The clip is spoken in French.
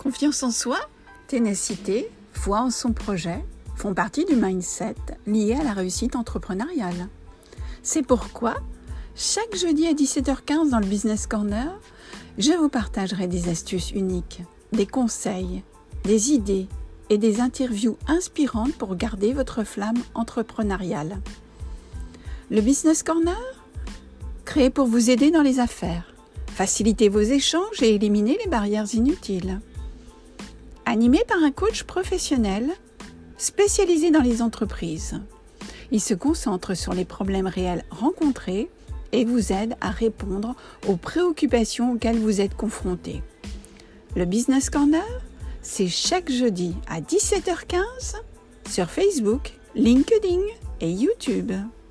Confiance en soi, ténacité, foi en son projet font partie du mindset lié à la réussite entrepreneuriale. C'est pourquoi, chaque jeudi à 17h15 dans le Business Corner, je vous partagerai des astuces uniques, des conseils, des idées et des interviews inspirantes pour garder votre flamme entrepreneuriale. Le Business Corner, créé pour vous aider dans les affaires, faciliter vos échanges et éliminer les barrières inutiles. Animé par un coach professionnel spécialisé dans les entreprises. Il se concentre sur les problèmes réels rencontrés et vous aide à répondre aux préoccupations auxquelles vous êtes confrontés. Le Business Corner, c'est chaque jeudi à 17h15 sur Facebook, LinkedIn et YouTube.